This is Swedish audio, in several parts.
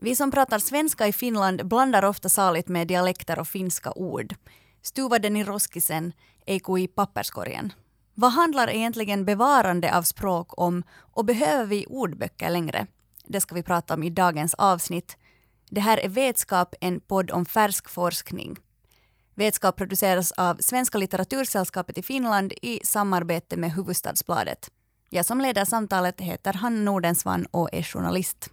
Vi som pratar svenska i Finland blandar ofta saligt med dialekter och finska ord. Stuva den i roskisen, ei kui i papperskorgen. Vad handlar egentligen bevarande av språk om och behöver vi ordböcker längre? Det ska vi prata om i dagens avsnitt. Det här är Vetskap, en podd om färsk forskning. Vetskap produceras av Svenska litteratursällskapet i Finland i samarbete med Hufvudstadsbladet. Jag som leder samtalet heter Hanna Nordensvan och är journalist.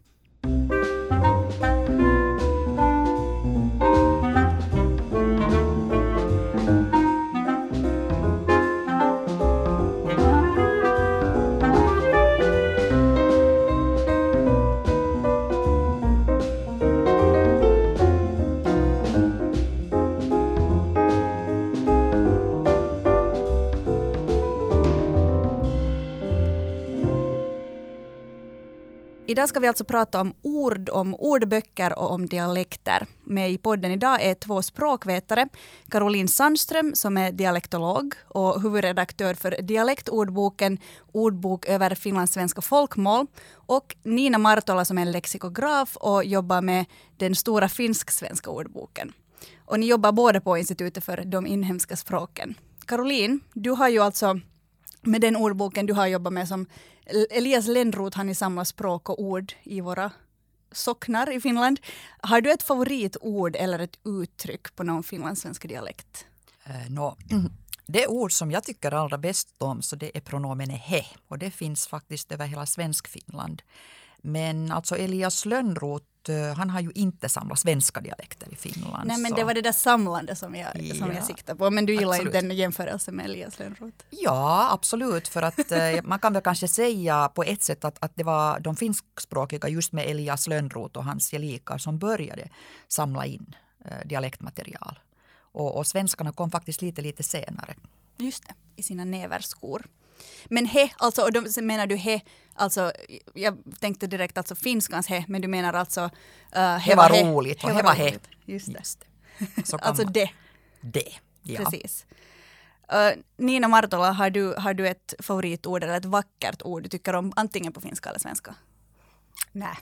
Idag ska vi alltså prata om ord, om ordböcker och om dialekter. Med i podden idag är två språkvetare. Caroline Sandström som är dialektolog och huvudredaktör för dialektordboken Ordbok över finlandssvenska folkmål. Och Nina Martola som är lexikograf och jobbar med den stora finsk-svenska ordboken. Och ni jobbar båda på Institutet för de inhemska språken. Caroline, du har ju alltså med den ordboken du har jobbat med som Elias Lönnrot, han samlar språk och ord i våra socknar i Finland. Har du ett favoritord eller ett uttryck på någon finlandssvenska dialekt? Det ord som jag tycker allra bäst om så det är pronomen he. Och det finns faktiskt över hela Svensk-Finland. Men alltså Elias Lönnrot, han har ju inte samlat svenska dialekter i Finland. Nej, men det var det där samlande som jag siktade på. Men du gillar absolut. Inte den jämförelsen med Elias Lönnrot? Ja, absolut. För att man kan väl kanske säga på ett sätt att det var de finskspråkiga just med Elias Lönnrot och hans gelikar som började samla in dialektmaterial. Och svenskarna kom faktiskt lite senare. Just det, i sina näverskor. Men he, alltså, och då menar du he, alltså jag tänkte direkt alltså finskans he, men du menar alltså he var roligt och he var he. Just det. Så alltså man. Det, ja. Precis. Nina Martola, har du ett favoritord eller ett vackert ord du tycker om antingen på finska eller svenska? Nej.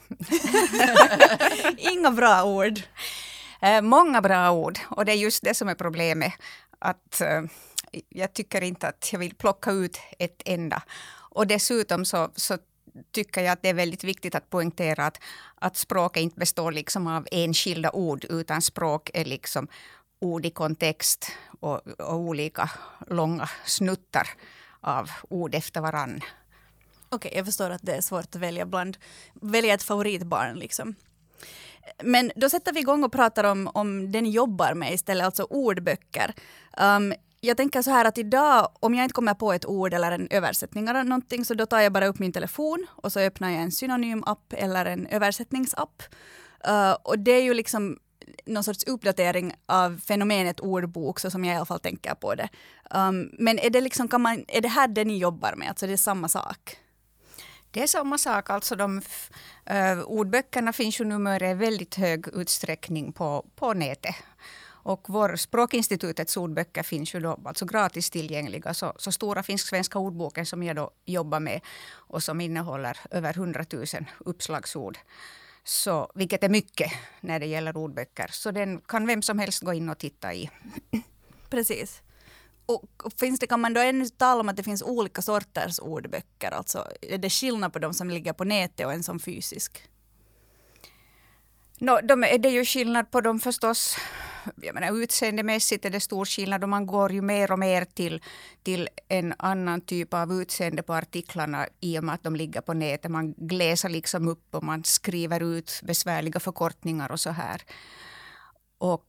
Inga bra ord. Många bra ord och det är just det som är problemet att jag tycker inte att jag vill plocka ut ett enda. Och dessutom så tycker jag att det är väldigt viktigt att poängtera att språket inte består liksom av enskilda ord utan språk är liksom ord i kontext och olika långa snuttar av ord efter varann. Okej, jag förstår att det är svårt att välja ett favoritbarn liksom. Men då sätter vi igång och pratar om det ni jobbar med istället, alltså ordböcker. Jag tänker så här att idag, om jag inte kommer på ett ord eller en översättning eller någonting, så då tar jag bara upp min telefon och så öppnar jag en synonymapp eller en översättningsapp. Och det är ju liksom någon sorts uppdatering av fenomenet ordbok, så som jag i alla fall tänker på det. Men är det liksom, är det här det ni jobbar med? Alltså det är samma sak? Det är samma sak, alltså ordböckerna finns ju numera i väldigt hög utsträckning på nätet. Och vår språkinstitutets ordböcker finns ju då alltså gratis tillgängliga. Så stora finsk-svenska ordboken som jag då jobbar med och som innehåller över 100 000 uppslagsord. Så, vilket är mycket när det gäller ordböcker. Så den kan vem som helst gå in och titta i. Precis. Och kan man då ännu tala om att det finns olika sorters ordböcker? Alltså, är det skillnad på de som ligger på nätet och en som fysisk? Det är ju skillnad på dem förstås. Jag menar, utseendemässigt är det stor skillnad och man går ju mer och mer till en annan typ av utseende på artiklarna i och med att de ligger på nätet. Man gläser liksom upp och man skriver ut besvärliga förkortningar och så här. Och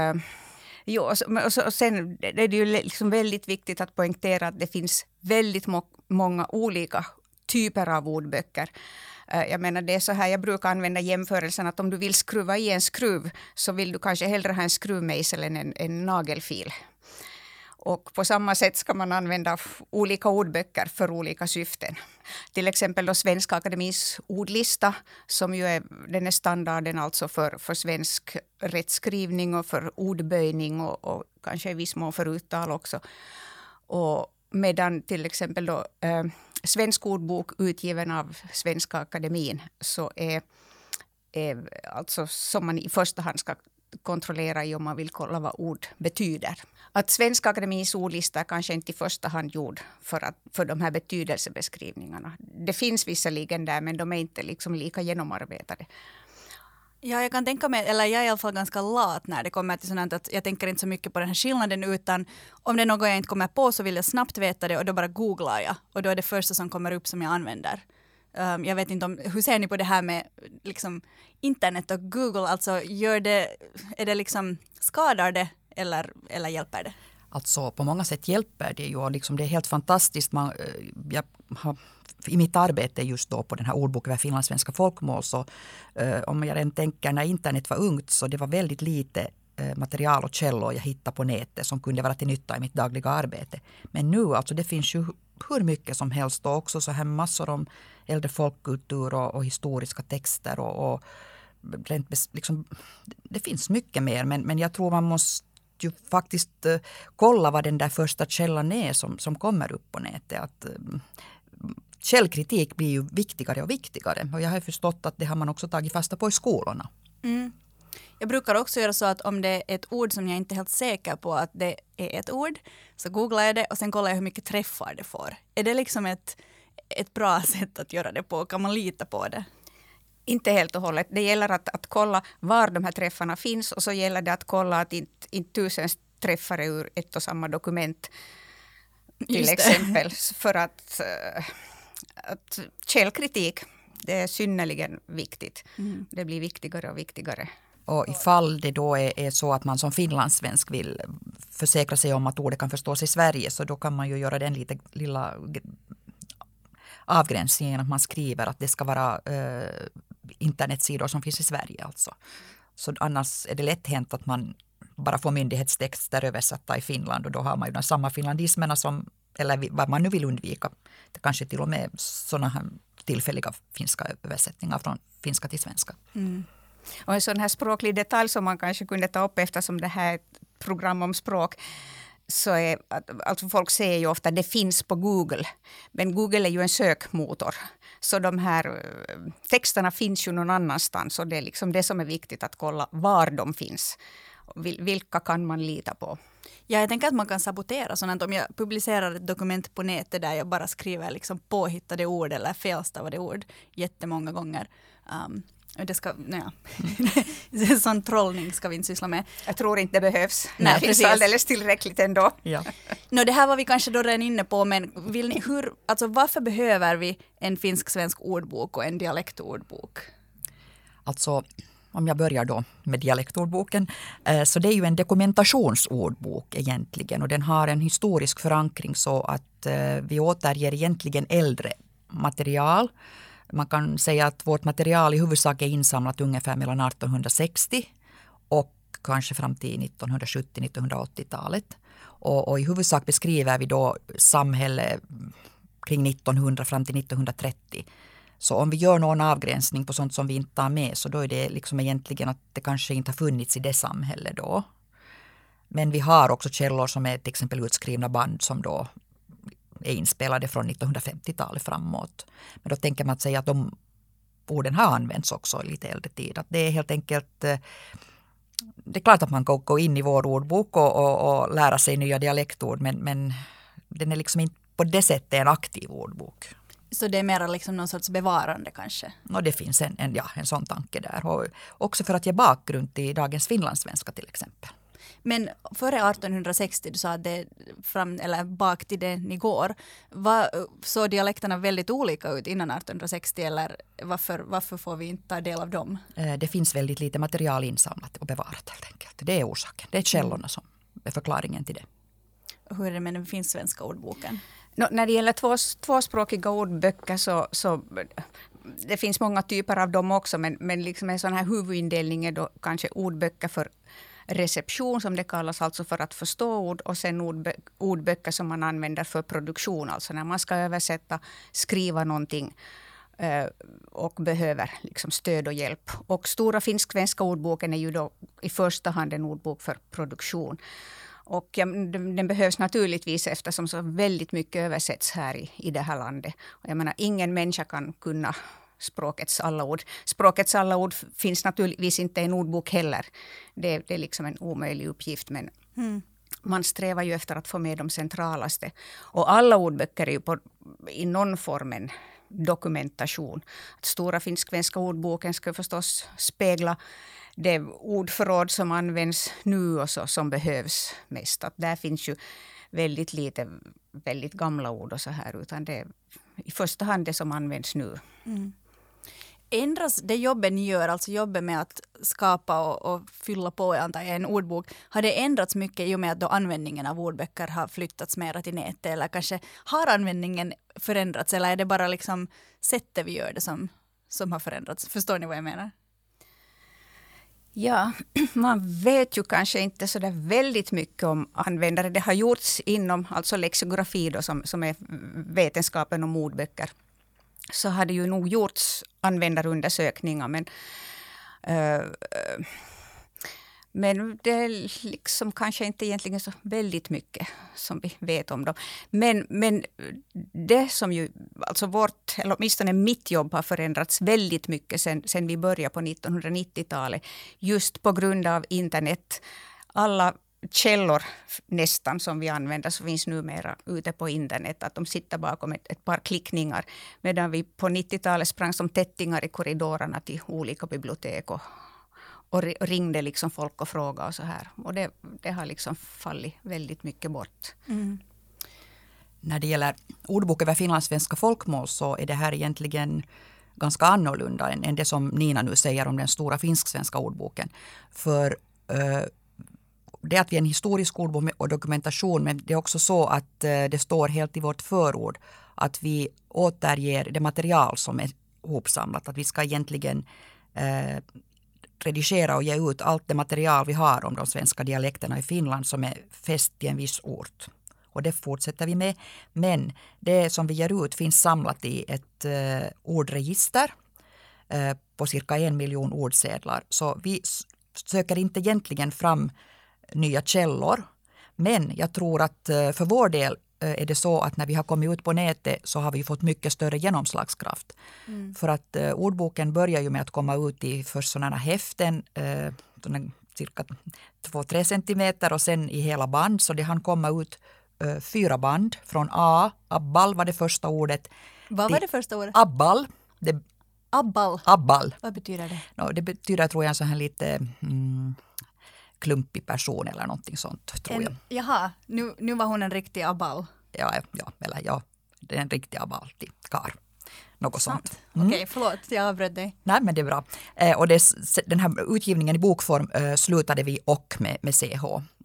sen är det ju liksom väldigt viktigt att poängtera att det finns väldigt många olika typer av ordböcker. Jag menar det är så här, jag brukar använda jämförelsen att om du vill skruva i en skruv så vill du kanske hellre ha en skruvmejsel än en nagelfil. Och på samma sätt ska man använda olika ordböcker för olika syften. Till exempel då Svenska Akademins ordlista som ju den är standarden alltså för svensk rättskrivning och för ordböjning och kanske i viss mån för uttal också. Och medan till exempel då Svensk ordbok utgiven av Svenska Akademin så är alltså som man i första hand ska kontrollera i om man vill kolla vad ord betyder. Att Svenska Akademins ordlista är kanske inte i första hand gjord för de här betydelsebeskrivningarna. Det finns visserligen där, men de är inte liksom lika genomarbetade. Ja, jag kan tänka mig, eller jag är i alla fall ganska lat när det kommer till sådant att jag tänker inte så mycket på den här skillnaden, utan om det är något jag inte kommer på så vill jag snabbt veta det och då bara googlar jag och då är det första som kommer upp som jag använder. Jag vet inte hur ser ni på det här med liksom internet och Google, alltså är det liksom, skadar det eller hjälper det? Alltså på många sätt hjälper det ju och liksom det är helt fantastiskt. Jag har i mitt arbete just då på den här ordboken över finlandssvenska folkmål, så om jag redan tänker när internet var ungt, så det var väldigt lite material och källor jag hittade på nätet som kunde vara till nytta i mitt dagliga arbete. Men nu, alltså det finns ju hur mycket som helst och också så här massor om äldre folkkultur och historiska texter och liksom, det finns mycket mer, men jag tror man måste ju faktiskt kolla vad den där första källan är som kommer upp på nätet. Att källkritik blir ju viktigare och viktigare. Och jag har förstått att det har man också tagit fasta på i skolorna. Mm. Jag brukar också göra så att om det är ett ord som jag inte är helt säker på att det är ett ord, så googlar jag det och sen kollar jag hur mycket träffar det får. Är det liksom ett bra sätt att göra det på? Kan man lita på det? Inte helt och hållet. Det gäller att kolla var de här träffarna finns och så gäller det att kolla att inte tusen träffar ur ett och samma dokument. Till exempel. För att källkritik, det är synnerligen viktigt. Mm. Det blir viktigare och viktigare. Och ifall det då är så att man som finlandssvensk vill försäkra sig om att ordet kan förstås i Sverige, så då kan man ju göra den lilla avgränsningen att man skriver att det ska vara internetsidor som finns i Sverige alltså. Så annars är det lätt hänt att man bara får myndighetstexter översatta i Finland och då har man ju de samma finlandismerna som, eller vad man nu vill undvika. Det kanske till och med sådana här tillfälliga finska översättningar från finska till svenska. Mm. Och en sån här språklig detalj som man kanske kunde ta upp eftersom det här är ett program om språk, så är alltså folk säger ju ofta att det finns på Google, men Google är ju en sökmotor, så de här texterna finns ju någon annanstans och det är liksom det som är viktigt att kolla var de finns. Vilka kan man lita på? Ja, jag tänker att man kan sabotera sådant. Om jag publicerar ett dokument på nätet där jag bara skriver liksom påhittade ord eller felstavade ord jättemånga gånger. Det ska, sån trollning ska vi inte syssla med. Jag tror inte det behövs. Nej, det finns alldeles tillräckligt ändå. Ja. Det här var vi kanske då redan inne på, men varför behöver vi en finsk-svensk ordbok och en dialektordbok? Alltså, om jag börjar då med dialektordboken, så det är ju en dokumentationsordbok egentligen och den har en historisk förankring så att vi återger egentligen äldre material. Man kan säga att vårt material i huvudsak är insamlat ungefär mellan 1860 och kanske fram till 1970-1980-talet. Och i huvudsak beskriver vi då samhälle kring 1900 fram till 1930. Så om vi gör någon avgränsning på sånt som vi inte tar med, så då är det liksom egentligen att det kanske inte har funnits i det samhället då. Men vi har också källor som är till exempel utskrivna band som då är inspelade från 1950-talet framåt. Men då tänker man sig att de orden har använts också i lite äldre tid. Att det är helt enkelt, det är klart att man kan gå in i vår ordbok och lära sig nya dialektord, men den är liksom inte på det sättet en aktiv ordbok. Så det är mer liksom någon sorts bevarande kanske? Det finns en sån tanke där. Och också för att ge bakgrund till dagens finlandssvenska till exempel. Men före 1860, du sa att det bak till det ni går, såg dialekterna väldigt olika ut innan 1860 eller varför får vi inte ta del av dem? Det finns väldigt lite material insamlat och bevarat helt enkelt. Det är orsaken. Det är källorna som är förklaringen till det. Hur är det med den finsk-svenska ordboken? När det gäller tvåspråkiga ordböcker så det finns många typer av dem också, men liksom en sån här huvudindelning är då kanske ordböcker för reception som det kallas, alltså för att förstå ord, och sen ordböcker som man använder för produktion, alltså när man ska översätta, skriva någonting och behöver liksom stöd och hjälp. Och Stora finsk-svenska ordboken är ju då i första hand en ordbok för produktion. Och den behövs naturligtvis eftersom så väldigt mycket översätts här i det här landet. Och jag menar, ingen människa kan kunna språkets alla ord. Språkets alla ord finns naturligtvis inte i en ordbok heller. Det är liksom en omöjlig uppgift, men man strävar ju efter att få med de centralaste. Och alla ordböcker är ju i någon form en dokumentation. Stora finsk-svenska ordboken ska förstås spegla det ordförråd som används nu och så, som behövs mest. Att där finns ju väldigt lite väldigt gamla ord och så här, utan det är i första hand det som används nu. Ändras det jobbet ni gör, alltså jobbet med att skapa och fylla på en ordbok, har det ändrats mycket i och med att då användningen av ordböcker har flyttats mer till nätet, eller kanske har användningen förändrats, eller är det bara liksom sättet vi gör det som har förändrats? Förstår ni vad jag menar? Ja, man vet ju kanske inte så där väldigt mycket om användare. Det har gjorts inom alltså lexikografi då, som är vetenskapen om ordböcker. Så har det ju nog gjorts användarundersökningar, men det är liksom kanske inte egentligen så väldigt mycket som vi vet om dem. Men det som ju, alltså eller åtminstone mitt jobb har förändrats väldigt mycket sen vi började på 1990-talet. Just på grund av internet. Alla källor nästan som vi använder så finns numera ute på internet. Att de sitter bakom ett par klickningar. Medan vi på 90-talet sprang som tättingar i korridorerna till olika bibliotek och ringde liksom folk och frågade och så här. Och det har liksom fallit väldigt mycket bort. När det gäller ordbok över finlandssvenska folkmål så är det här egentligen ganska annorlunda än det som Nina nu säger om den stora finsk-svenska ordboken. För det är att vi är en historisk ordbok och dokumentation, men det är också så att det står helt i vårt förord att vi återger det material som är hopsamlat. Att vi ska egentligen redigera och ge ut allt det material vi har om de svenska dialekterna i Finland som är fäst i en viss ort. Och det fortsätter vi med. Men det som vi ger ut finns samlat i ett ordregister på cirka 1 miljon ordsedlar. Så vi söker inte egentligen fram nya källor. Men jag tror att för vår del är det så att när vi har kommit ut på nätet så har vi fått mycket större genomslagskraft. För att ordboken börjar ju med att komma ut i först sådana häften, cirka 2-3 centimeter och sen i hela band. Så det hann komma ut 4 band från A. Abbal var det första ordet. Vad var det första ordet? Abbal. Abbal. Vad betyder det? Det betyder, tror jag, en sån här lite klumpig person eller någonting sånt, tror jag. Jaha, nu var hon en riktig abbal. Ja, det är en riktig abbal till kar. Något sånt. Okej, förlåt, jag avbröt dig. Nej, men det är bra. Och den här utgivningen i bokform slutade vi med CH.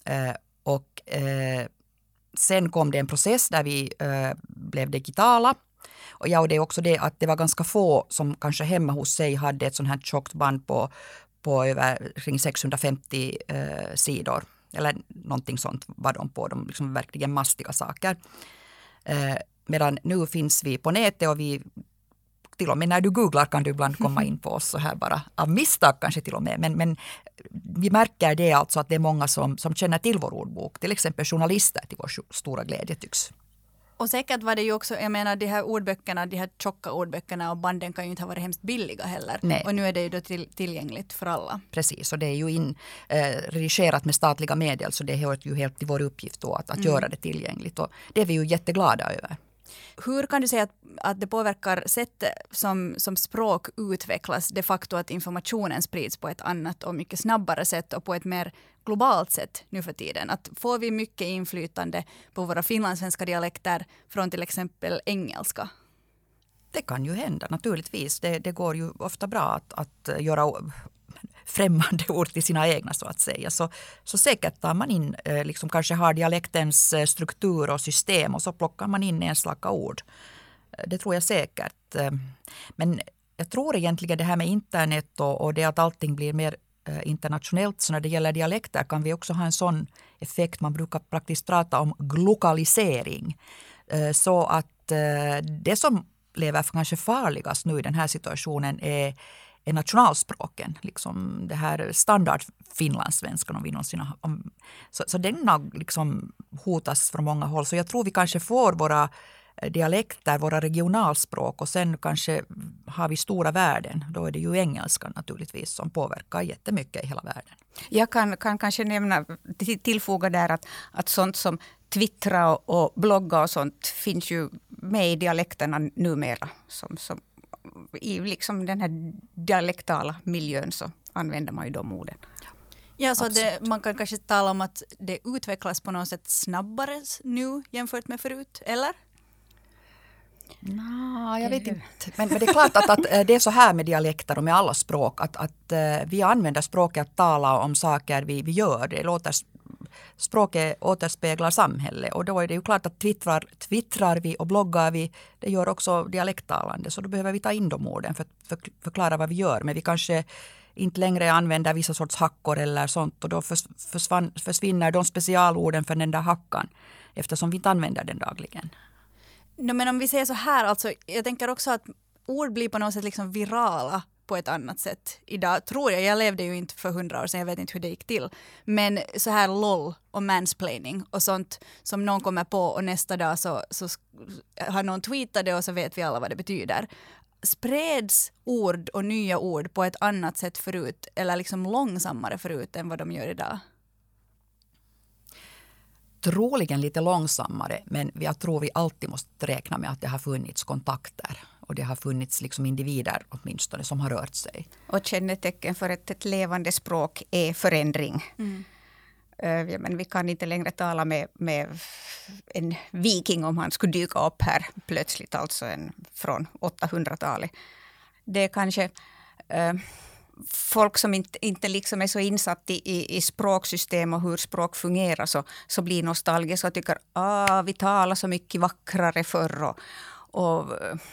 Sen kom det en process där vi blev digitala. Och det är också det att det var ganska få som kanske hemma hos sig hade ett sånt här tjockt band på över kring 650 sidor. Eller någonting sånt var de på. De liksom verkligen mastiga saker. Medan nu finns vi på nätet och vi till och med när du googlar kan du ibland komma in på oss så här bara av misstag kanske till och med. Men vi märker det alltså att det är många som känner till vår ordbok. Till exempel journalister till vår stora glädje tycks. Och säkert var det ju också, jag menar de här ordböckerna, de här tjocka ordböckerna och banden kan ju inte ha varit hemskt billiga heller. Nej. Och nu är det ju då tillgängligt för alla. Precis, och det är ju redigerat med statliga medel så det hör ju helt till vår uppgift då att göra det tillgängligt. Och det är vi ju jätteglada över. Hur kan du säga att det påverkar sättet som språk utvecklas, de facto att informationen sprids på ett annat och mycket snabbare sätt och på ett mer globalt sätt nu för tiden? Att får vi mycket inflytande på våra finlandssvenska dialekter från till exempel engelska? Det kan ju hända naturligtvis. Det går ju ofta bra att göra främmande ord till sina egna så att säga. Så säkert tar man in, liksom kanske har dialektens struktur och system och så plockar man in enstaka ord. Det tror jag säkert. Men jag tror egentligen det här med internet och det att allting blir mer internationellt, så när det gäller dialekter kan vi också ha en sån effekt. Man brukar praktiskt prata om glokalisering. Så att det som lever kanske farligast nu i den här situationen är nationalspråken, liksom det här standard finlandssvenskan om vi någonsin så den har liksom hotas från många håll. Så jag tror vi kanske får våra dialekter, våra regionalspråk, och sen kanske har vi stora värden. Då är det ju engelskan naturligtvis som påverkar jättemycket i hela världen. Jag kan kanske tillfoga där att sånt som twittra och blogga och sånt finns ju med i dialekterna numera. Som i liksom den här dialektala miljön så använder man ju de orden. Ja, så man kan kanske tala om att det utvecklas på något sätt snabbare nu jämfört med förut, eller? Jag vet inte. Men det är klart att det är så här med dialekter och med alla språk. Att vi använder språket att tala om saker vi gör. Språket återspeglar samhället. Och då är det ju klart att twittrar vi och bloggar vi. Det gör också dialekttalande. Så då behöver vi ta in de orden för att förklara vad vi gör. Men vi kanske inte längre använder vissa sorts hackor eller sånt. Och då försvinner de specialorden för den där hackan. Eftersom vi inte använder den dagligen. Men om vi säger så här, alltså, jag tänker också att ord blir på något sätt liksom virala på ett annat sätt. Idag tror jag levde ju inte för 100 år sedan, jag vet inte hur det gick till. Men så här LOL och mansplaining och sånt som någon kommer på och nästa dag så har någon tweetat det och så vet vi alla vad det betyder. Spreds ord och nya ord på ett annat sätt förut eller liksom långsammare förut än vad de gör idag? Troligen lite långsammare, men jag tror vi alltid måste räkna med att det har funnits kontakter och det har funnits liksom individer åtminstone som har rört sig. Och kännetecken för ett levande språk är förändring. Men vi kan inte längre tala med en viking om han skulle dyka upp här plötsligt, alltså från 800-talet. Det är kanske folk som inte liksom är så insatt i språksystem och hur språk fungerar så blir nostalgiska och tycker vi talar så mycket vackrare förr. Och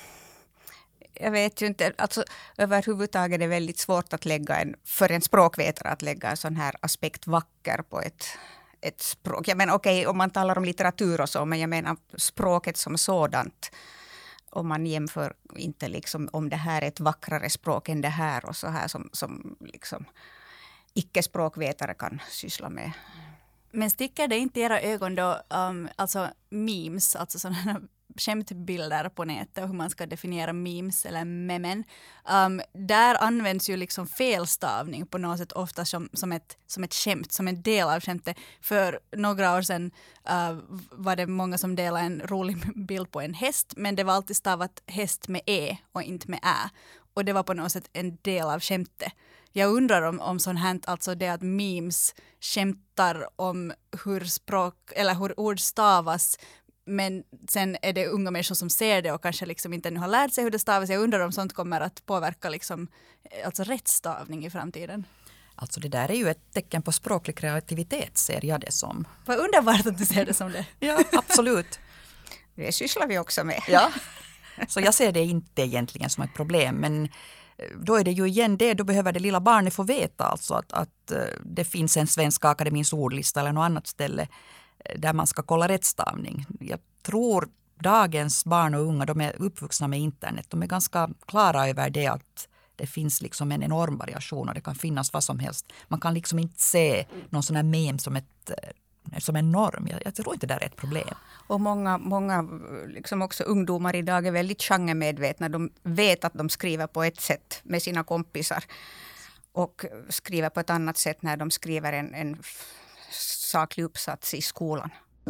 jag vet ju inte, alltså överhuvudtaget är det väldigt svårt att för en språkvetare att lägga en sån här aspekt vacker på ett språk. Jag menar okej, om man talar om litteratur och så, men jag menar språket som sådant. Om man jämför inte liksom om det här är ett vackrare språk än det här och så här som liksom icke-språkvetare kan syssla med. Men sticker det inte i era ögon då, alltså memes, alltså sådana skämtbilder på nätet och hur man ska definiera memes eller memen. Där används ju liksom felstavning på något sätt ofta som ett skämt, som en del av skämtet. För några år sedan var det många som delade en rolig bild på en häst, men det var alltid stavat häst med e och inte med ä. Och det var på något sätt en del av skämtet. Jag undrar om sånt här, alltså det att memes skämtar om hur språk eller hur ord stavas. Men sen är det unga människor som ser det och kanske liksom inte ännu har lärt sig hur det stavas. Jag undrar om sånt kommer att påverka liksom, alltså rättstavning i framtiden. Alltså det där är ju ett tecken på språklig kreativitet, ser jag det som. Vad underbart att du ser det som det. Ja, absolut. Det sysslar vi också med. Ja, så jag ser det inte egentligen som ett problem. Men då är det ju igen det, då behöver det lilla barnet få veta alltså att det finns en Svenska Akademins ordlista eller något annat ställe där man ska kolla rättstavning. Jag tror dagens barn och unga, de är uppvuxna med internet. De är ganska klara över det att det finns liksom en enorm variation och det kan finnas vad som helst. Man kan liksom inte se någon sån här meme som en norm. Jag tror inte det är ett problem. Och många liksom också ungdomar idag är väldigt genremedvetna. De vet att de skriver på ett sätt med sina kompisar och skriver på ett annat sätt när de skriver en saklig uppsats i skolan.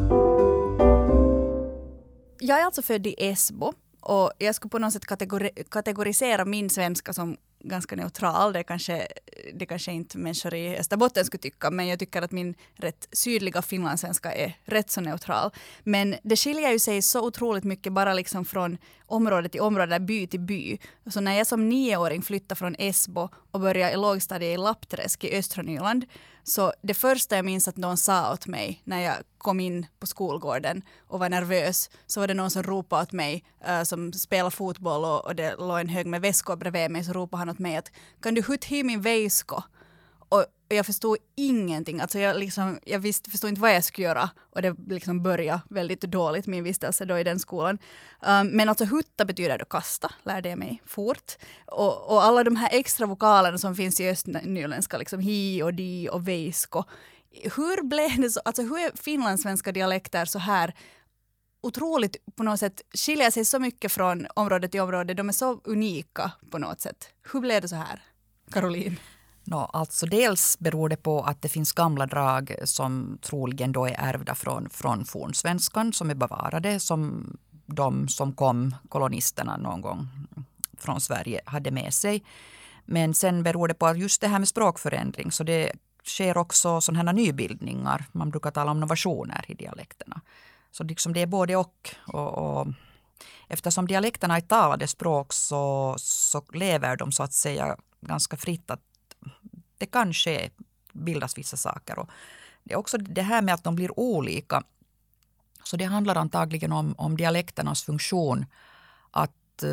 Jag är alltså född i Esbo och jag skulle på något sätt kategorisera min svenska som ganska neutral. Det kanske inte människor i Österbotten skulle tycka, men jag tycker att min rätt sydliga finlandssvenska är rätt så neutral. Men det skiljer ju sig så otroligt mycket bara liksom från område till område, by till by. Så när jag som 9-åring flyttade från Esbo och började i lågstadiet i Lappträsk i östra Nyland, så det första jag minns att någon sa åt mig när jag kom in på skolgården och var nervös, så var det någon som ropade åt mig som spelar fotboll och det låg en hög med väskor bredvid mig, så ropade han åt mig att kan du hutta hit min väska? Och jag förstod ingenting. Alltså jag förstod inte vad jag skulle göra. Och det liksom började väldigt dåligt min vistelse då i den skolan. Men alltså hutta betyder att kasta, lärde jag mig fort. Och alla de här extra vokalerna som finns i östnyländska, liksom hi och di och veisko. Hur blev det så? Alltså hur är finlandssvenska dialekter så här otroligt på något sätt, skiljer sig så mycket från område till område. De är så unika på något sätt. Hur blev det så här, Caroline? Alltså dels beror det på att det finns gamla drag som troligen då är ärvda från fornsvenskan som är bevarade, som de som kom, kolonisterna någon gång från Sverige, hade med sig. Men sen beror det på att just det här med språkförändring, så det sker också sådana här nybildningar. Man brukar tala om innovationer i dialekterna. Så liksom det är både och eftersom dialekterna är talade språk så lever de så att säga ganska fritt, att det kan bildas vissa saker. Och det är också det här med att de blir olika. Så det handlar antagligen om dialekternas funktion att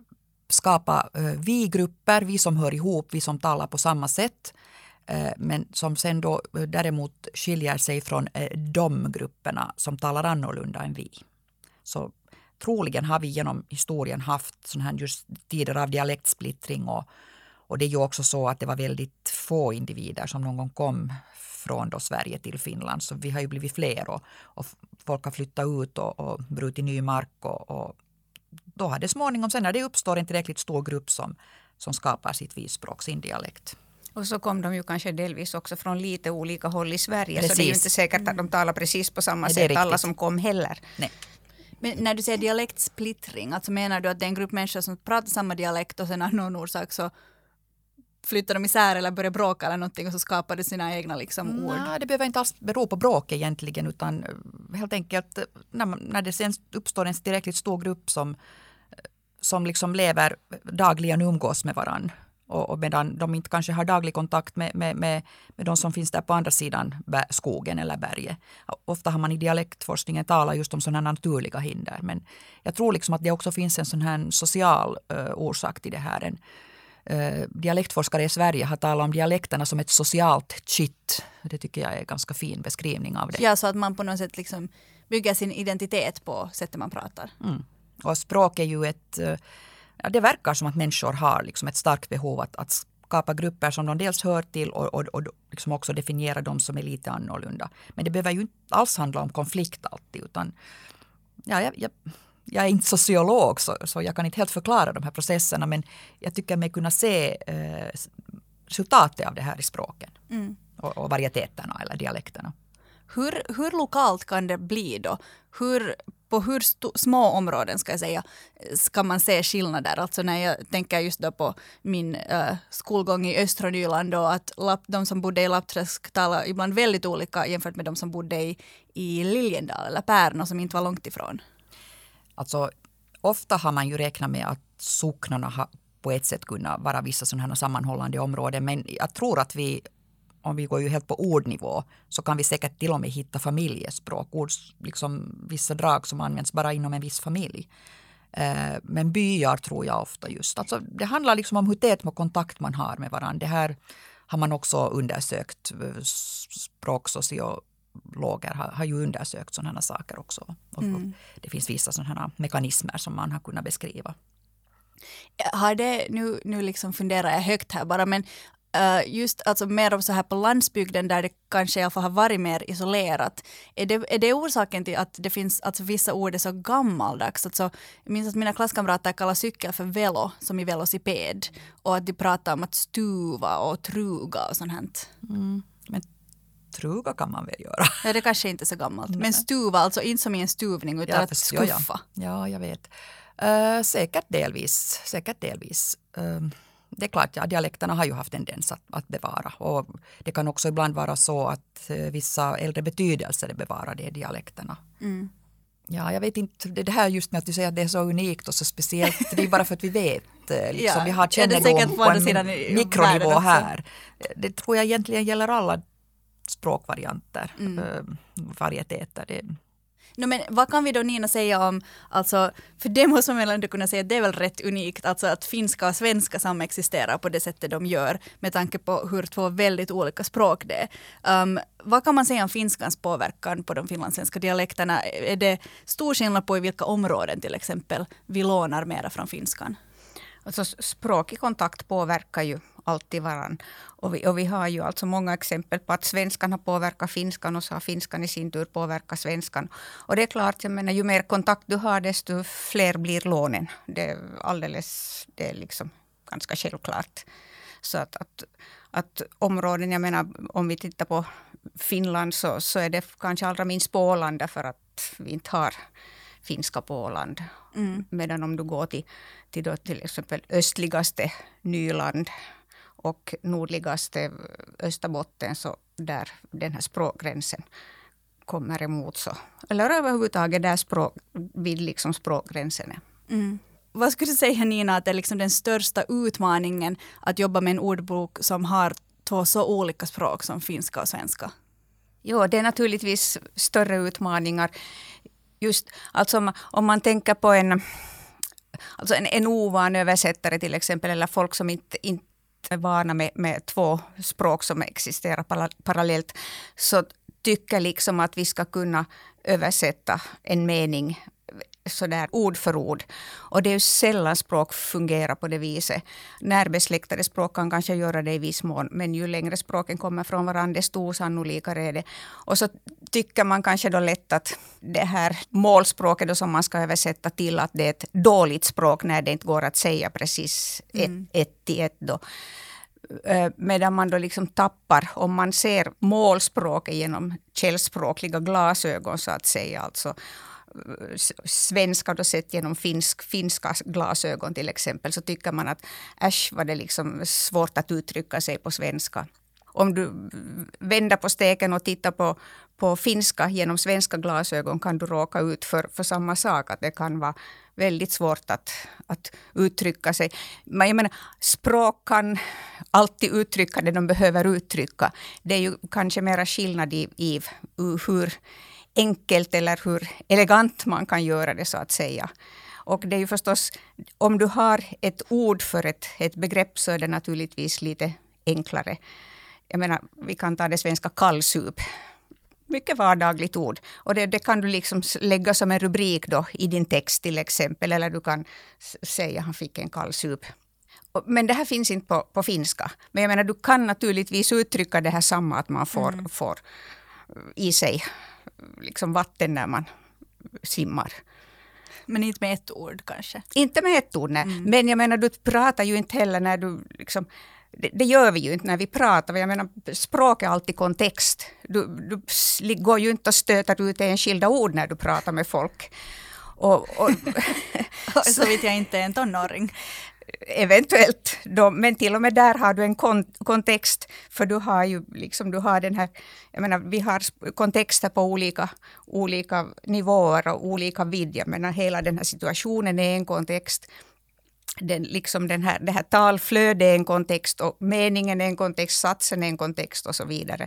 skapa vi-grupper, vi som hör ihop, vi som talar på samma sätt. Men som sen då däremot skiljer sig från de grupperna som talar annorlunda än vi. Så troligen har vi genom historien haft sån här just tider av dialektsplittring och det är ju också så att det var väldigt få individer som någon gång kom från då Sverige till Finland. Så vi har ju blivit fler och folk har flyttat ut och brutit ny mark och då har det småningom, sen när det uppstår en tillräckligt stor grupp som skapar sitt visspråk, sin dialekt. Och så kom de ju kanske delvis också från lite olika håll i Sverige. Precis. Så det är ju inte säkert att de talar precis på samma Nej, sätt alla som kom heller. Nej. Men när du säger dialektsplittring, alltså menar du att det är en grupp människor som pratar samma dialekt och sen av någon orsak så flyttar de isär eller börjar bråka eller någonting och så skapar de sina egna liksom ord? Nej, det behöver inte alls bero på bråk egentligen, utan helt enkelt när det sen uppstår en tillräckligt stor grupp som liksom lever dagligen och umgås med varann. Och medan de inte kanske har daglig kontakt med de som finns där på andra sidan skogen eller berget. Ofta har man i dialektforskningen talat just om sådana naturliga hinder. Men jag tror liksom att det också finns en sån här social orsak till det här. Dialektforskare i Sverige har talat om dialekterna som ett socialt kitt. Det tycker jag är en ganska fin beskrivning av det. Ja, så att man på något sätt liksom bygger sin identitet på sättet man pratar. Mm. Och språk är ju det verkar som att människor har liksom ett starkt behov att skapa grupper som de dels hör till och liksom också definiera dem som är lite annorlunda. Men det behöver ju inte alls handla om konflikt alltid, utan jag är inte sociolog så jag kan inte helt förklara de här processerna, men jag tycker mig kunna se resultatet av det här i språken och varieteterna eller dialekterna. Hur lokalt kan det bli då? På hur små områden ska man se skillnader? Alltså när jag tänker just då på min skolgång i östra Nyland och att de som bodde i Lappträsk talar ibland väldigt olika jämfört med de som bodde i Liljendal eller Pärna som inte var långt ifrån. Alltså ofta har man ju räknat med att socknarna har på ett sätt kunnat vara vissa sådana här sammanhållande områden, men jag tror att om vi går ju helt på ordnivå så kan vi säkert till och med hitta familjespråk, ord, liksom vissa drag som används bara inom en viss familj. Men byar tror jag ofta just. Alltså, det handlar liksom om hur tät med kontakt man har med varandra. Det här har man också undersökt. Språksociologer har ju undersökt sådana saker också. Och det finns vissa sådana mekanismer som man har kunnat beskriva. Har det, nu liksom funderar jag högt här bara, men just alltså mer av så här på landsbygden där det kanske i alla fall har varit mer isolerat. Är det orsaken till att det finns alltså vissa ord är så gammaldags? Alltså, jag minns att mina klasskamrater kallar cykel för velo, som i velociped. Och att de pratar om att stuva och truga och sånt här. Men truga kan man väl göra? Ja, det kanske inte är så gammalt. Men stuva, alltså inte som i en stuvning utan att skuffa. Ja, jag vet. Säkert delvis. Det är klart, dialekterna har ju haft tendens att bevara. Och det kan också ibland vara så att vissa äldre betydelser är bevarade i dialekterna. Ja, jag vet inte, det här just med att du säger att det är så unikt och så speciellt, det är bara för att vi vet. Liksom, vi har kännedom på en mikronivå här. Det tror jag egentligen gäller alla språkvarianter, varieteter. Men vad kan vi då, Nina, säga om, alltså, för det måste man väl ändå kunna säga att det är väl rätt unikt, alltså att finska och svenska samexisterar på det sättet de gör med tanke på hur två väldigt olika språk det är. Vad kan man säga om finskans påverkan på de finlandssvenska dialekterna? Är det stor skillnad på i vilka områden till exempel vi lånar mera från finskan? Alltså språkig kontakt påverkar ju alltid varann. Och vi har ju alltså många exempel på att svenskan har påverkat finskan och så har finskan i sin tur påverkat svenskan. Och det är klart, jag menar, ju mer kontakt du har desto fler blir lånen. Det är liksom ganska självklart. Så att områden, jag menar om vi tittar på Finland så är det kanske allra minst på Åland därför att vi inte har finska på Åland. Medan om du går till exempel östligaste Nyland och nordligaste Österbotten så där den här språkgränsen kommer emot så. Eller överhuvudtaget där vid liksom språkgränsen är. Vad skulle du säga, Nina, att det är liksom den största utmaningen att jobba med en ordbok som har två så olika språk som finska och svenska? Jo, det är naturligtvis större utmaningar. Just alltså om man tänker på en ovan översättare till exempel, eller folk som inte är vana med två språk som existerar parallellt, så tycker liksom att vi ska kunna översätta en mening sådär ord för ord. Och det är ju sällan språk fungerar på det viset. Närbesläktade språk kan kanske göra det i viss mån, men ju längre språken kommer från varandra desto osannolikare är det. Och så tycker man kanske då lätt att det här målspråket då som man ska översätta till att det är ett dåligt språk när det inte går att säga precis ett till ett då. Medan man då liksom tappar, om man ser målspråket genom källspråkliga glasögon så att säga, alltså svenska då sett genom finska glasögon till exempel, så tycker man att var det liksom svårt att uttrycka sig på svenska. Om du vänder på steken och tittar på finska genom svenska glasögon kan du råka ut för samma sak, att det kan vara väldigt svårt att uttrycka sig. Men jag menar, språk kan alltid uttrycka det de behöver uttrycka. Det är ju kanske mera skillnad i hur enkelt eller hur elegant man kan göra det så att säga. Och det är ju förstås, om du har ett ord för ett begrepp så är det naturligtvis lite enklare. Jag menar, vi kan ta det svenska kallsup. Mycket vardagligt ord. Och det kan du liksom lägga som en rubrik då i din text till exempel. Eller du kan säga han fick en kallsup. Men det här finns inte på finska. Men jag menar, du kan naturligtvis uttrycka det här samma, att man får i sig liksom vatten när man simmar. Men inte med ett ord kanske? Inte med ett ord, nej. Men jag menar, du pratar ju inte heller när du liksom... Det gör vi ju inte när vi pratar. Jag menar, språk är alltid kontext. Du går ju inte och stöter ut enskilda ord när du pratar med folk. Så vitt jag inte är en tonåring. Eventuellt. Men till och med där har du en kontext. För du har ju liksom, du har den här... Jag menar, vi har kontexter på olika nivåer och olika vidd. Jag menar, hela den här situationen är en kontext. Det här talflödet är en kontext och meningen är en kontext, satsen är en kontext och så vidare.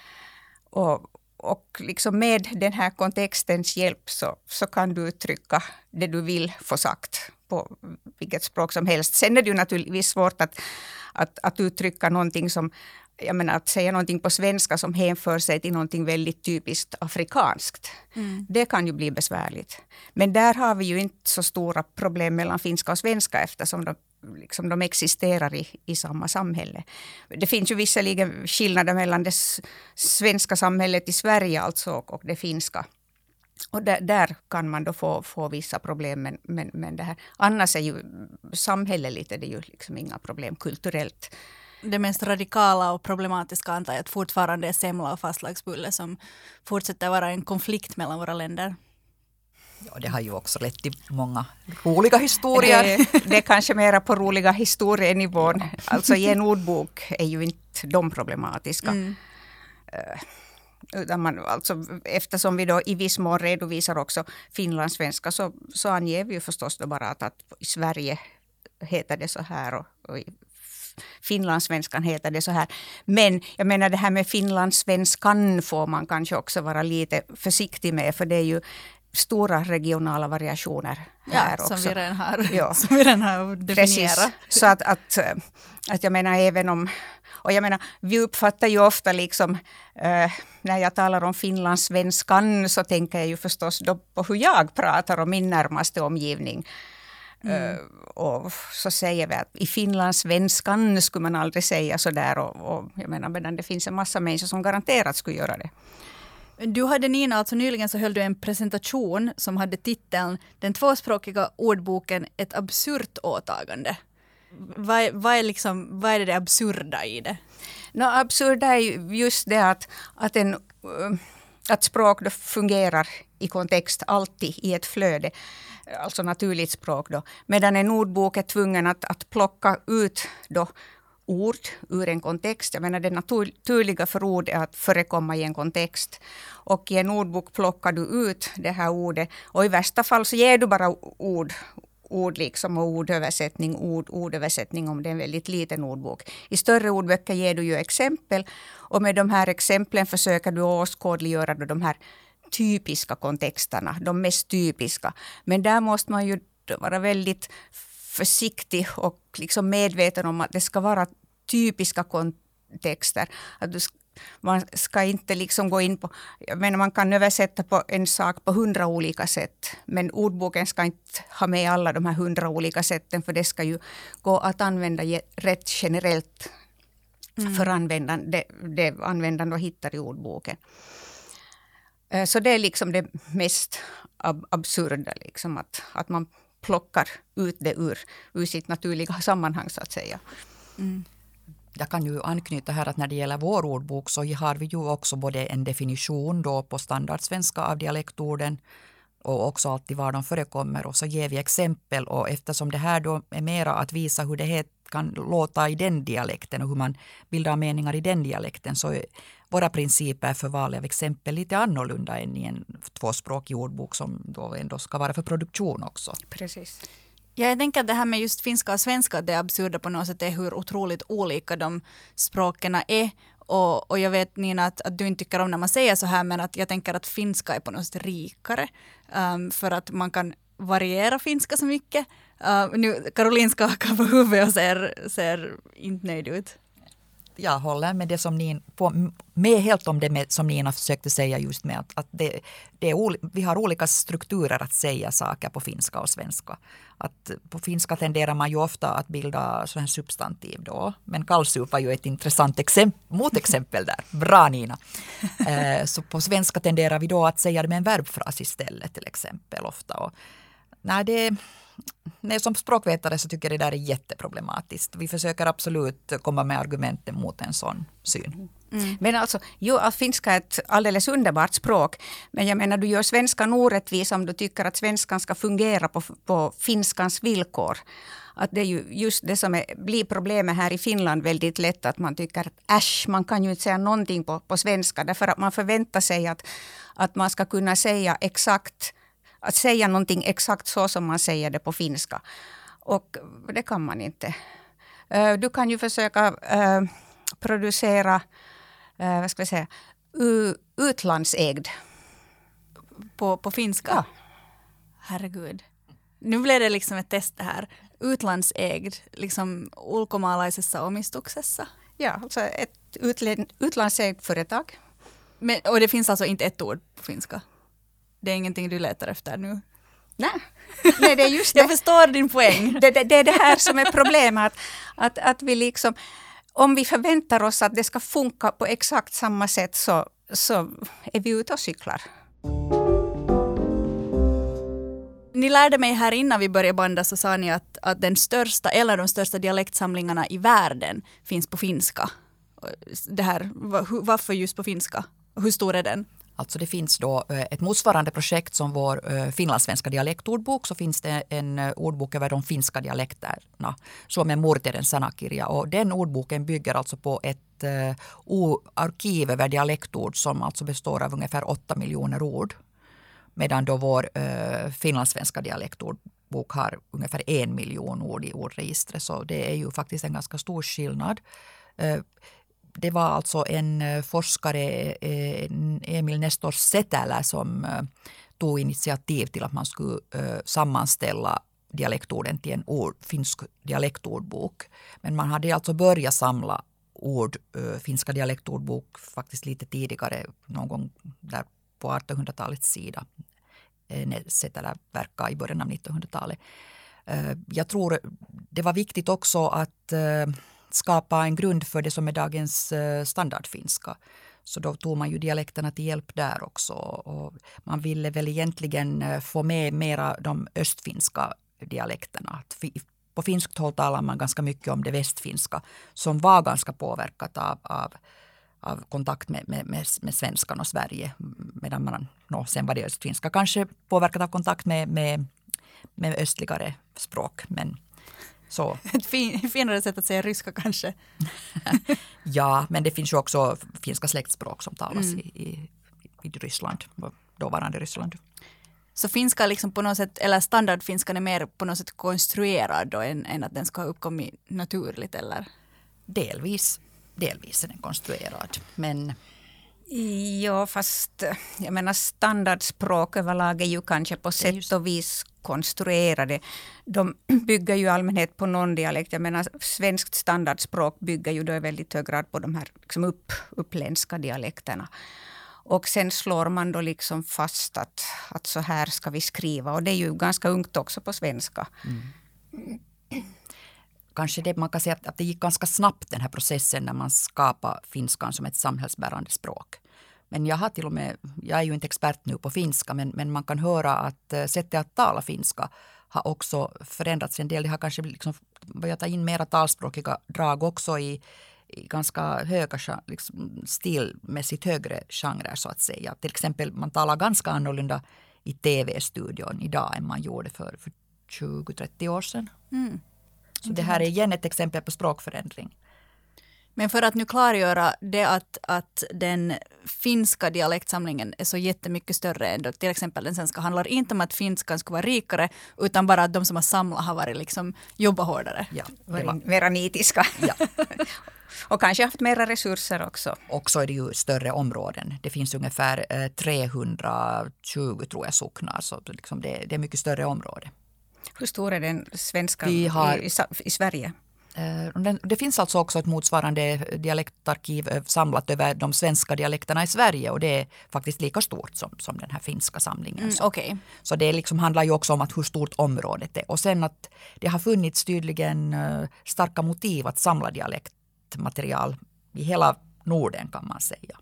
Och liksom med den här kontextens hjälp så kan du uttrycka det du vill få sagt på vilket språk som helst. Sen är det ju naturligtvis svårt att uttrycka någonting som, jag menar, att säga någonting på svenska som hänför sig till någonting väldigt typiskt afrikanskt. Det kan ju bli besvärligt. Men där har vi ju inte så stora problem mellan finska och svenska eftersom de existerar i samma samhälle. Det finns ju visserligen skillnader mellan det svenska samhället i Sverige alltså och det finska. Och där kan man då få vissa problem, men det här, annars är ju samhälleligt är det ju liksom inga problem kulturellt. Det mest radikala och problematiska antar jag att fortfarande är semla och fastlagsbulle som fortsätter vara en konflikt mellan våra länder. Ja, det har ju också lett till många roliga historier. Det är kanske mera på roliga historienivån. Alltså i en ordbok är ju inte de problematiska. Utan eftersom vi då i viss mån redovisar också finlandssvenska så anger vi ju förstås då bara att i Sverige heter det så här och i finlandssvenskan heter det så här. Men jag menar, det här med finlandssvenskan får man kanske också vara lite försiktig med, för det är ju stora regionala variationer här också. Som vi redan har definierat. Precis. Så att jag menar, även om... Och jag menar, vi uppfattar ju ofta liksom, när jag talar om finlandssvenskan så tänker jag ju förstås då på hur jag pratar om min närmaste omgivning. Och så säger vi att i finlandssvenskan skulle man aldrig säga så där. Och jag menar, medan det finns en massa människor som garanterat skulle göra det. Du hade, Nina, alltså nyligen så höll du en presentation som hade titeln Den tvåspråkiga ordboken, ett absurt åtagande. Vad är det absurda i det? Absurda är just det att språk då fungerar i kontext alltid i ett flöde, alltså naturligt språk då. Medan en ordbok är tvungen att plocka ut då ord ur en kontext. Jag menar, det naturliga för ord är att förekomma i en kontext. Och i en ordbok plockar du ut det här ordet. Och i värsta fall så ger du bara ord liksom, och ordöversättning om det är en väldigt liten ordbok. I större ordböcker ger du ju exempel. Och med de här exemplen försöker du åskådliggöra de här typiska kontexterna. De mest typiska. Men där måste man ju vara väldigt försiktig och liksom medveten om att det ska vara typiska kontexter. Att man ska inte liksom gå in på, jag menar, man kan översätta på en sak på 100 olika sätt, men ordboken ska inte ha med alla de här 100 olika sätten, för det ska ju gå att använda rätt generellt för det användaren hittar i ordboken. Så det är liksom det mest absurda, liksom att man plockar ut det ur sitt naturliga sammanhang, så att säga. Mm. Jag kan ju anknyta här att när det gäller vår ordbok så har vi ju också både en definition då på standardsvenska av dialektorden och också alltid var de förekommer, och så ger vi exempel, och eftersom det här då är mera att visa hur det kan låta i den dialekten och hur man bildar meningar i den dialekten, så är våra principer för val av exempel lite annorlunda än i en tvåspråkig ordbok som då ändå ska vara för produktion också. Precis. Ja, jag tänker att det här med just finska och svenska, det är absurda på något sätt är hur otroligt olika de språken är. Och jag vet, Nina, att du inte tycker om när man säger så här, men att jag tänker att finska är på något sätt rikare. För att man kan variera finska så mycket. Nu Caroline skakar på huvudet och ser inte nöjd ut. Jag håller med det som med helt om det som Nina försökte säga, just med att vi har olika strukturer att säga saker på finska och svenska. Att på finska tenderar man ju ofta att bilda så här substantiv då, men kallsup var ju ett intressant motexempel där. Bra, Nina. Så på svenska tenderar vi då att säga det med en verbfras istället, till exempel ofta. Och, som språkvetare så tycker jag det där är jätteproblematiskt. Vi försöker absolut komma med argumenten mot en sån syn. Mm. Men alltså, finska är ett alldeles underbart språk. Men jag menar, du gör svenskan orättvis om du tycker att svenskan ska fungera på finskans villkor. Att det är ju just det som blir problemet här i Finland väldigt lätt, att man tycker att man kan ju inte säga någonting på svenska, därför att man förväntar sig att man ska kunna säga någonting exakt så som man säger det på finska. Och det kan man inte. Du kan ju försöka producera utlandsägd. På finska? Ja. Herregud. Nu blev det liksom ett test det här. Utlandsägd, liksom ulkomaalaisessa omistuksessa. Ja, alltså ett utlandsägd företag. Och det finns alltså inte ett ord på finska? Det är ingenting du letar efter nu? Nej, det är just det. Jag förstår din poäng. Det är det här som är problemet. Att vi liksom, om vi förväntar oss att det ska funka på exakt samma sätt, så är vi ute och cyklar. Ni lärde mig här innan vi började banda, så sa ni att de största dialektsamlingarna i världen finns på finska. Det här, varför just på finska? Hur stor är den? Alltså det finns då ett motsvarande projekt som vår finlandssvenska dialektordbok, så finns det en ordbok över de finska dialekterna som är Murteden sanakirja, och den ordboken bygger alltså på ett arkiv över dialektord som alltså består av ungefär 8 miljoner ord, medan då vår finlandssvenska dialektordbok har ungefär 1 miljon ord i ordregistret, så det är ju faktiskt en ganska stor skillnad. Det var alltså en forskare, Emil Nestor Setälä, som tog initiativ till att man skulle sammanställa dialektorden till en finsk dialektordbok. Men man hade alltså börjat samla finska dialektordbok faktiskt lite tidigare, någon gång där på 1800-talets sida. Setälä verkade i början av 1900-talet. Jag tror det var viktigt också att skapa en grund för det som är dagens standardfinska. Så då tog man ju dialekterna till hjälp där också. Och man ville väl egentligen få med mera de östfinska dialekterna. På finskt håll talar man ganska mycket om det västfinska som var ganska påverkat av kontakt med svenskan och Sverige. Medan man sen var det östfinska kanske påverkat av kontakt med östligare språk. Men så. Ett finare sätt att säga ryska kanske. Ja, men det finns ju också finska släktspråk som talas i Ryssland, dåvarande Ryssland. Så finska liksom på något sätt, eller standardfinskan är mer på något sätt konstruerad då än att den ska ha uppkommit naturligt, eller? Delvis är den konstruerad, men... Ja, fast jag menar standardspråk överlag är ju kanske på sätt och vis konstruerade. De bygger ju i allmänhet på någon dialekt. Jag menar svenskt standardspråk bygger ju då i väldigt hög grad på de här liksom uppländska dialekterna. Och sen slår man då liksom fast att så här ska vi skriva. Och det är ju ganska ungt också på svenska. Kanske det man kan säga att det gick ganska snabbt den här processen när man skapade finskan som ett samhällsbärande språk. Men jag är ju inte expert nu på finska, men man kan höra att sättet att tala finska har också förändrats en del. Det har kanske liksom börjat ta in mera talspråkiga drag också i ganska höga liksom, stilmässigt högre genrer så att säga. Till exempel man talar ganska annorlunda i tv-studion idag än man gjorde för 20-30 år sedan. Så det här är igen ett exempel på språkförändring. Men för att nu klargöra det att den finska dialektsamlingen är så jättemycket större än då, till exempel den svenska, handlar inte om att finskan skulle vara rikare utan bara att de som har samlat har varit liksom jobbat hårdare. Ja, mera nitiska. Ja. Och kanske haft mera resurser också. Också är det ju större områden. Det finns ungefär 320 tror jag socknar, så liksom det är mycket större område. Hur stor är den svenska i Sverige? Det finns alltså också ett motsvarande dialektarkiv samlat över de svenska dialekterna i Sverige och det är faktiskt lika stort som den här finska samlingen. Okay. Så det liksom handlar ju också om att hur stort området är. Och sen att det har funnits tydligen starka motiv att samla dialektmaterial i hela Norden kan man säga.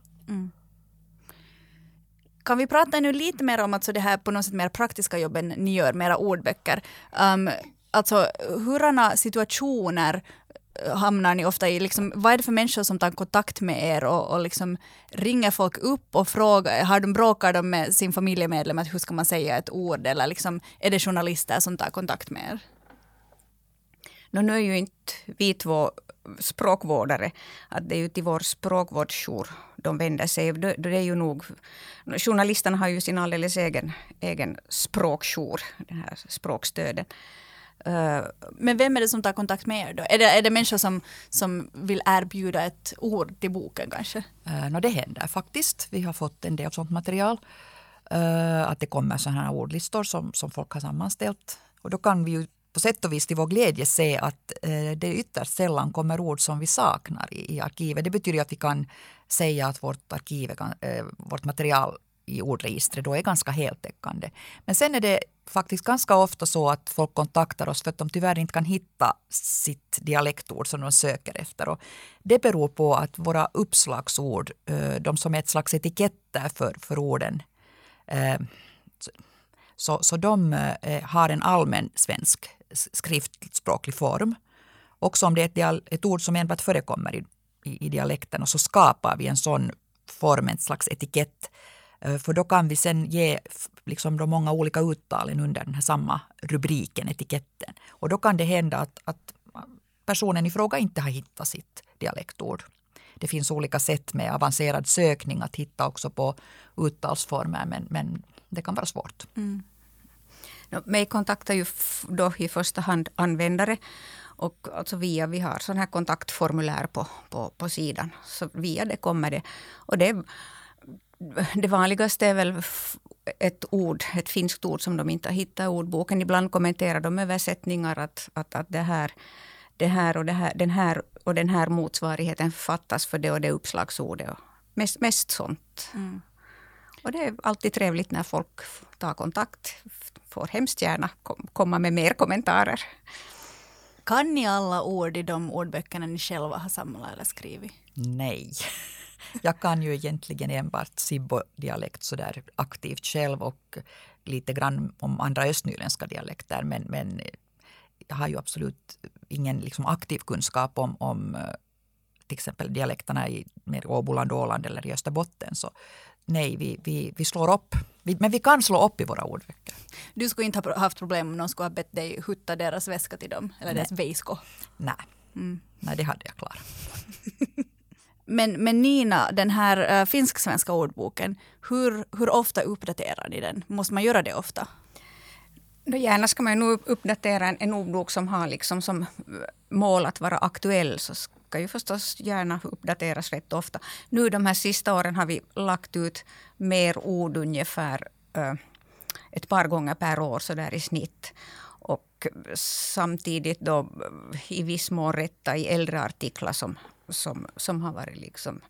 Kan vi prata nu lite mer om alltså det här på något sätt mer praktiska jobben ni gör, mera ordböcker? Alltså hurdana situationer hamnar ni ofta i? Liksom, vad är det för människor som tar kontakt med er och liksom ringer folk upp och frågar, bråkar de med sin familjemedlem att hur ska man säga ett ord eller liksom, är det journalister som tar kontakt med er? Nu är ju inte vi två språkvårdare, att det är ju till vår språkvårdsjour de vänder sig. Det är ju nog, journalisterna har ju sin alldeles egen språkjour, den här språkstöden. Men vem är det som tar kontakt med er då? Är det människor som vill erbjuda ett ord till boken kanske? Det händer faktiskt. Vi har fått en del sånt material. Att det kommer sådana här ordlistor som folk har sammanställt. Och då kan vi ju på sätt och vis till vår glädje se att det ytterst sällan kommer ord som vi saknar i arkivet. Det betyder att vi kan säga att vårt material i ordregistret då är ganska heltäckande. Men sen är det faktiskt ganska ofta så att folk kontaktar oss för att de tyvärr inte kan hitta sitt dialektord som de söker efter. Och det beror på att våra uppslagsord, de som är ett slags etiketter för orden, så de har en allmän svensk skriftspråklig form. Också om det är ett ord som enbart förekommer i dialekten och så skapar vi en sån form, en slags etikett. För då kan vi sen ge liksom de många olika uttalen under den här samma rubriken, etiketten. Och då kan det hända att personen i fråga inte har hittat sitt dialektord. Det finns olika sätt med avancerad sökning att hitta också på uttalsformer, men det kan vara svårt. Mig kontaktar ju då i första hand användare och alltså vi har sån här kontaktformulär på sidan. Så via det kommer det. Och det vanligaste är väl ett finskt ord som de inte har hittat i ordboken. Ibland kommenterar de översättningar att den här motsvarigheten fattas för det och det uppslagsordet. Mest sånt. Och det är alltid trevligt när folk tar kontakt. Får hemskt gärna komma med mer kommentarer. Kan ni alla ord i de ordböckerna ni själva har samlat eller skrivit? Nej. Jag kan ju egentligen enbart Sibbo-dialekt så där aktivt själv och lite grann om andra östnyländska dialekter. Men jag har ju absolut ingen liksom aktiv kunskap om till exempel dialekterna i mer Åboland, Åland eller i Österbotten. Så nej, vi slår upp. Men vi kan slå upp i våra ordböcker. Du skulle inte ha haft problem om någon skulle ha bett dig hutta deras väska till dem? Eller deras veisko? Nej. Nej, det hade jag klarat. Men Nina, den här finsk-svenska ordboken, hur ofta uppdaterar ni den? Måste man göra det ofta? Då gärna ska man ju nog uppdatera en ordbok som har liksom som mål att vara aktuell, så ska ju förstås gärna uppdateras rätt ofta. Nu de här sista åren har vi lagt ut mer ord ungefär ett par gånger per år så där i snitt. Och samtidigt då i viss mån rätta i äldre artiklar som har varit liksom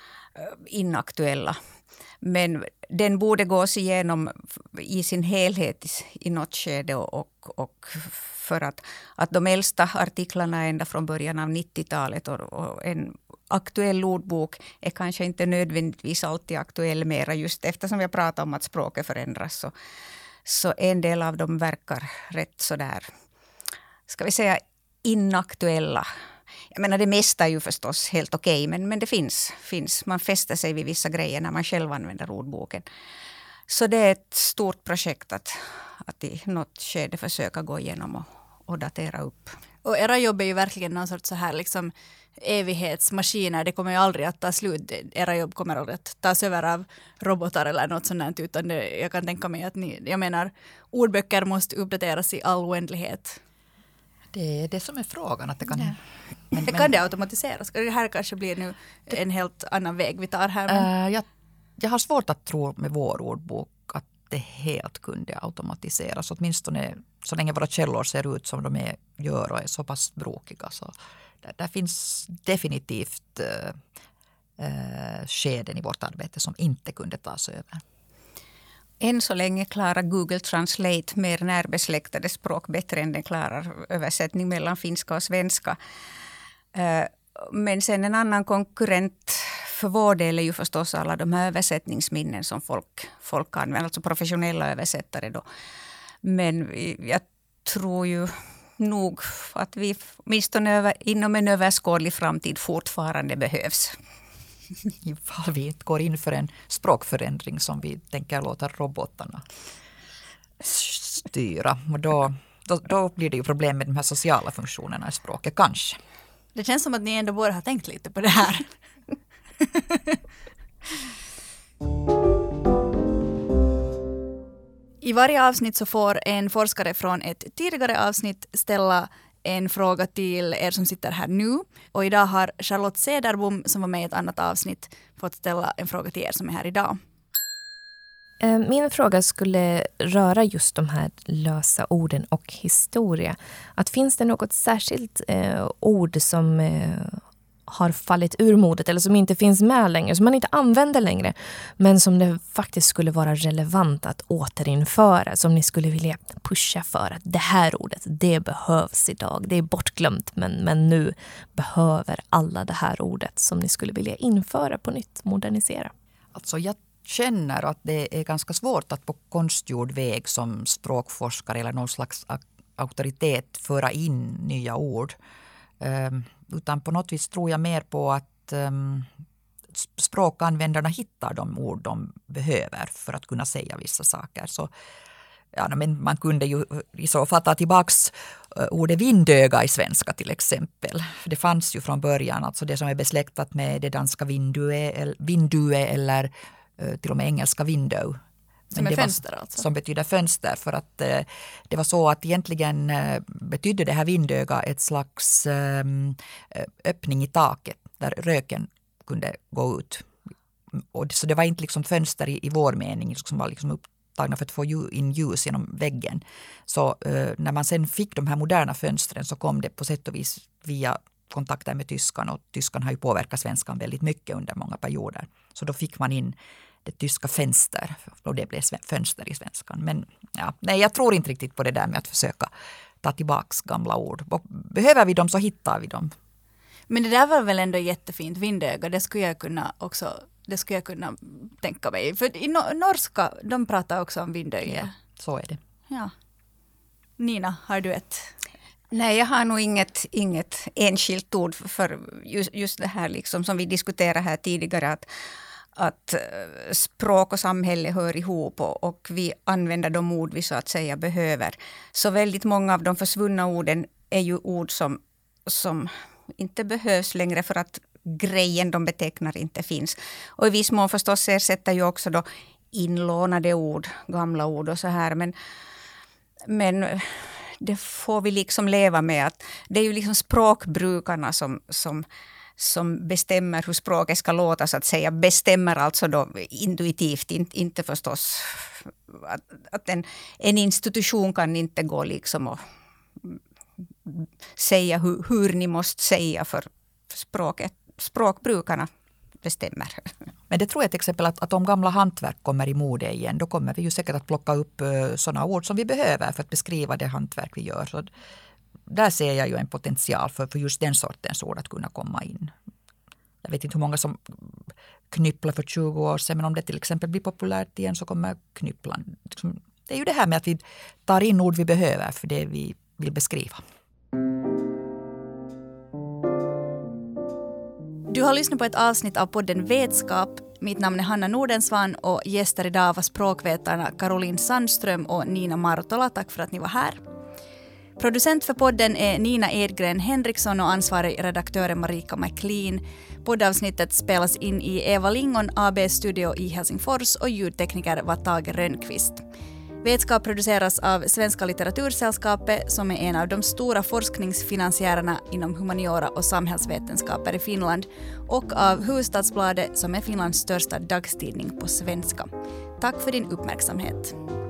inaktuella. Men den borde gås igenom i sin helhet i något skede och för att de äldsta artiklarna är ända från början av 90-talet och en aktuell ordbok är kanske inte nödvändigtvis alltid aktuell mera just eftersom vi pratar om att språket förändras. Så en del av dem verkar rätt sådär, ska vi säga inaktuella. Jag menar det mesta är ju förstås helt okej, men det finns. Man fäster sig vid vissa grejer när man själv använder ordboken. Så det är ett stort projekt att i något skede försöka gå igenom och datera upp. Och era jobb är ju verkligen någon sorts så här liksom evighetsmaskiner. Det kommer ju aldrig att ta slut. Era jobb kommer aldrig att tas över av robotar eller något sånt. Utan jag kan tänka mig att ordböcker måste uppdateras i all oändlighet. Det är det som är frågan. Att det kan, kan det automatiseras? Det här kanske blir nu en helt annan väg vi tar här. Jag har svårt att tro med vår ordbok att det helt kunde automatiseras. Åtminstone så länge våra källor ser ut som de gör och är så pass brokiga. Så där finns definitivt skeden i vårt arbete som inte kunde tas över. Än så länge klarar Google Translate mer närbesläktade språk bättre än den klarar översättning mellan finska och svenska. Men sen en annan konkurrent för vår del är ju förstås alla de här översättningsminnen som folk använder, alltså professionella översättare då. Men jag tror ju nog att vi åtminstone inom en överskådlig framtid fortfarande behövs. Ifall vi inte går in för en språkförändring som vi tänker låta robotarna styra. Och då blir det ju problem med de här sociala funktionerna i språket, kanske. Det känns som att ni ändå borde ha tänkt lite på det här. I varje avsnitt så får en forskare från ett tidigare avsnitt ställa en fråga till er som sitter här nu. Och idag har Charlotte Cederbom som var med i ett annat avsnitt fått ställa en fråga till er som är här idag. Min fråga skulle röra just de här lösa orden och historia. Att finns det något särskilt ord som har fallit ur modet eller som inte finns med längre, som man inte använder längre, men som det faktiskt skulle vara relevant att återinföra, som ni skulle vilja pusha för att det här ordet, det behövs idag. Det är bortglömt, men nu behöver alla det här ordet som ni skulle vilja införa på nytt, modernisera. Alltså jag känner att det är ganska svårt att på konstgjord väg som språkforskare eller någon slags auktoritet föra in nya ord. Utan på något vis tror jag mer på att språkanvändarna hittar de ord de behöver för att kunna säga vissa saker. Så, men man kunde ju i så fall ta tillbaks ordet vindöga i svenska till exempel. För det fanns ju från början, alltså det som är besläktat med det danska vindue eller till och med engelska window. Som är fönster alltså? Som betyder fönster, för att det var så att egentligen betydde det här vindöga ett slags öppning i taket där röken kunde gå ut. Och så det var inte liksom fönster i vår mening som var liksom upptagna för att få in ljus genom väggen. Så när man sen fick de här moderna fönstren så kom det på sätt och vis via kontakter med tyskan, och tyskan har ju påverkat svenskan väldigt mycket under många perioder. Så då fick man in det tyska fönster, och det blev fönster i svenskan. Men nej, jag tror inte riktigt på det där med att försöka ta tillbaka gamla ord. Och behöver vi dem så hittar vi dem. Men det där var väl ändå jättefint, vindöga, det skulle jag kunna tänka mig. För i norska, de pratar också om vindöga. Ja, så är det. Ja. Nina, har du ett? Nej, jag har nog inget enskilt ord för just det här liksom, som vi diskuterade här tidigare, att språk och samhälle hör ihop och vi använder de ord vi så att säga behöver. Så väldigt många av de försvunna orden är ju ord som inte behövs längre för att grejen de betecknar inte finns. Och i viss mån förstås ersätter ju också då inlånade ord, gamla ord och så här. Men det får vi liksom leva med. Att det är ju liksom språkbrukarna som bestämmer hur språket ska låta, så att säga. Bestämmer alltså då intuitivt, inte förstås. Att en institution kan inte gå liksom och säga hur ni måste säga, för språkbrukarna bestämmer. Men det tror jag till exempel att om gamla hantverk kommer i mode igen, då kommer vi ju säkert att plocka upp sådana ord som vi behöver för att beskriva det hantverk vi gör. Så där ser jag ju en potential för just den sortens ord att kunna komma in. Jag vet inte hur många som knypplar för 20 år sedan, men om det till exempel blir populärt igen så kommer knypplan. Det är ju det här med att vi tar in ord vi behöver för det vi vill beskriva. Du har lyssnat på ett avsnitt av podden Vetskap. Mitt namn är Hanna Nordensvan och gäster idag var språkvetarna Caroline Sandström och Nina Martola. Tack för att ni var här. Producent för podden är Nina Edgren Henriksson och ansvarig redaktör är Marika McLean. Poddavsnittet spelas in i Eva Lingon AB-studio i Helsingfors och ljudtekniker var Tage Rönnqvist. Vetskap produceras av Svenska litteratursällskapet som är en av de stora forskningsfinansiärerna inom humaniora och samhällsvetenskaper i Finland och av Hufvudstadsbladet som är Finlands största dagstidning på svenska. Tack för din uppmärksamhet.